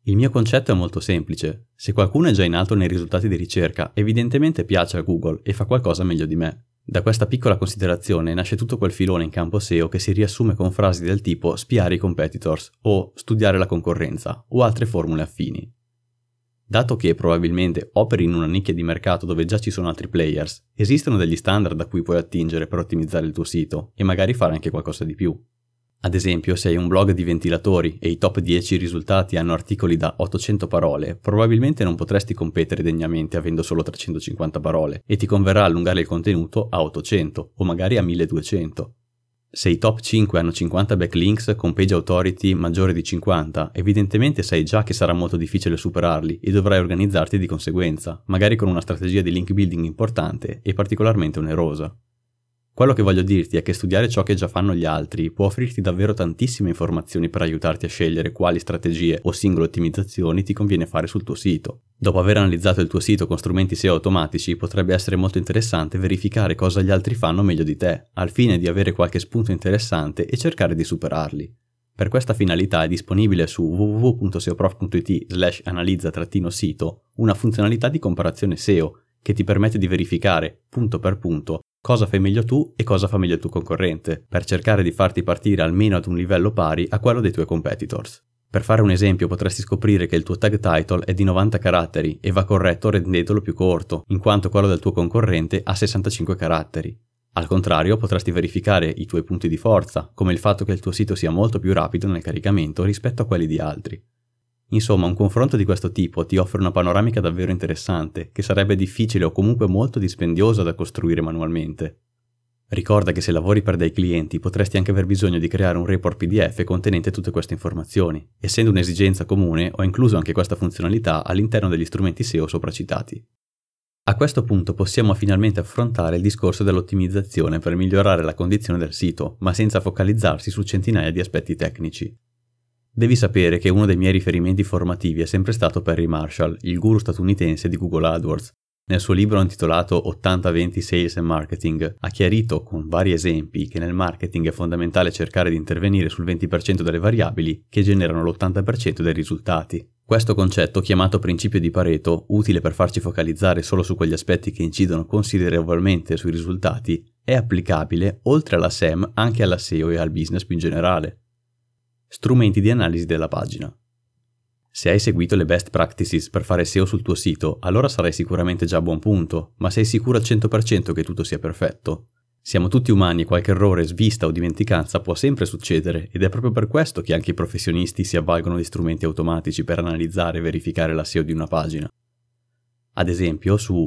Il mio concetto è molto semplice. Se qualcuno è già in alto nei risultati di ricerca, evidentemente piace a Google e fa qualcosa meglio di me. Da questa piccola considerazione nasce tutto quel filone in campo SEO che si riassume con frasi del tipo spiare i competitors o studiare la concorrenza o altre formule affini. Dato che probabilmente operi in una nicchia di mercato dove già ci sono altri players, esistono degli standard a cui puoi attingere per ottimizzare il tuo sito e magari fare anche qualcosa di più. Ad esempio, se hai un blog di ventilatori e i top 10 risultati hanno articoli da 800 parole, probabilmente non potresti competere degnamente avendo solo 350 parole e ti converrà allungare il contenuto a 800 o magari a 1200. Se i top 5 hanno 50 backlinks con page authority maggiore di 50, evidentemente sai già che sarà molto difficile superarli e dovrai organizzarti di conseguenza, magari con una strategia di link building importante e particolarmente onerosa. Quello che voglio dirti è che studiare ciò che già fanno gli altri può offrirti davvero tantissime informazioni per aiutarti a scegliere quali strategie o singole ottimizzazioni ti conviene fare sul tuo sito. Dopo aver analizzato il tuo sito con strumenti SEO automatici, potrebbe essere molto interessante verificare cosa gli altri fanno meglio di te, al fine di avere qualche spunto interessante e cercare di superarli. Per questa finalità è disponibile su www.seoprof.it/analizza-sito una funzionalità di comparazione SEO che ti permette di verificare, punto per punto, cosa fai meglio tu e cosa fa meglio il tuo concorrente, per cercare di farti partire almeno ad un livello pari a quello dei tuoi competitors. Per fare un esempio, potresti scoprire che il tuo tag title è di 90 caratteri e va corretto rendendolo più corto, in quanto quello del tuo concorrente ha 65 caratteri. Al contrario, potresti verificare i tuoi punti di forza, come il fatto che il tuo sito sia molto più rapido nel caricamento rispetto a quelli di altri. Insomma, un confronto di questo tipo ti offre una panoramica davvero interessante, che sarebbe difficile o comunque molto dispendiosa da costruire manualmente. Ricorda che se lavori per dei clienti potresti anche aver bisogno di creare un report PDF contenente tutte queste informazioni. Essendo un'esigenza comune, ho incluso anche questa funzionalità all'interno degli strumenti SEO sopracitati. A questo punto possiamo finalmente affrontare il discorso dell'ottimizzazione per migliorare la condizione del sito, ma senza focalizzarsi su centinaia di aspetti tecnici. Devi sapere che uno dei miei riferimenti formativi è sempre stato Perry Marshall, il guru statunitense di Google AdWords. Nel suo libro intitolato 80-20 Sales and Marketing ha chiarito con vari esempi che nel marketing è fondamentale cercare di intervenire sul 20% delle variabili che generano l'80% dei risultati. Questo concetto, chiamato principio di Pareto, utile per farci focalizzare solo su quegli aspetti che incidono considerevolmente sui risultati, è applicabile oltre alla SEM anche alla SEO e al business più in generale. Strumenti di analisi della pagina. Se hai seguito le best practices per fare SEO sul tuo sito, allora sarai sicuramente già a buon punto, ma sei sicuro al 100% che tutto sia perfetto? Siamo tutti umani e qualche errore, svista o dimenticanza può sempre succedere ed è proprio per questo che anche i professionisti si avvalgono di strumenti automatici per analizzare e verificare la SEO di una pagina. Ad esempio, su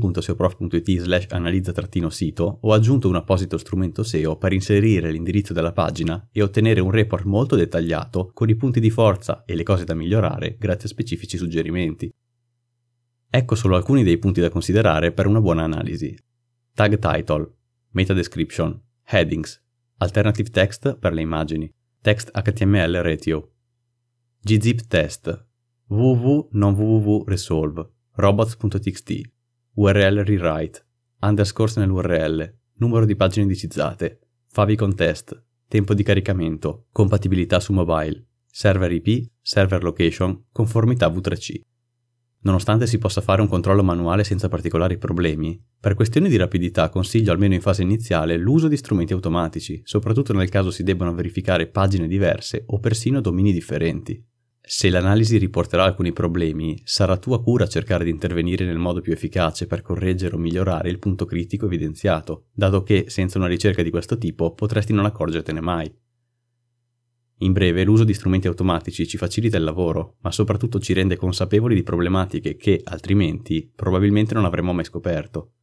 www.seoprof.it/analizza-sito ho aggiunto un apposito strumento SEO per inserire l'indirizzo della pagina e ottenere un report molto dettagliato con i punti di forza e le cose da migliorare grazie a specifici suggerimenti. Ecco solo alcuni dei punti da considerare per una buona analisi. Tag title, meta description, headings, alternative text per le immagini, text HTML ratio, gzip test, www non www resolve, robots.txt, URL rewrite, underscores nell'URL, numero di pagine indicizzate, favicon test, tempo di caricamento, compatibilità su mobile, server IP, server location, conformità V3C. Nonostante si possa fare un controllo manuale senza particolari problemi, per questioni di rapidità consiglio almeno in fase iniziale l'uso di strumenti automatici, soprattutto nel caso si debbano verificare pagine diverse o persino domini differenti. Se l'analisi riporterà alcuni problemi, sarà tua cura cercare di intervenire nel modo più efficace per correggere o migliorare il punto critico evidenziato, dato che senza una ricerca di questo tipo potresti non accorgertene mai. In breve, l'uso di strumenti automatici ci facilita il lavoro, ma soprattutto ci rende consapevoli di problematiche che, altrimenti, probabilmente non avremmo mai scoperto.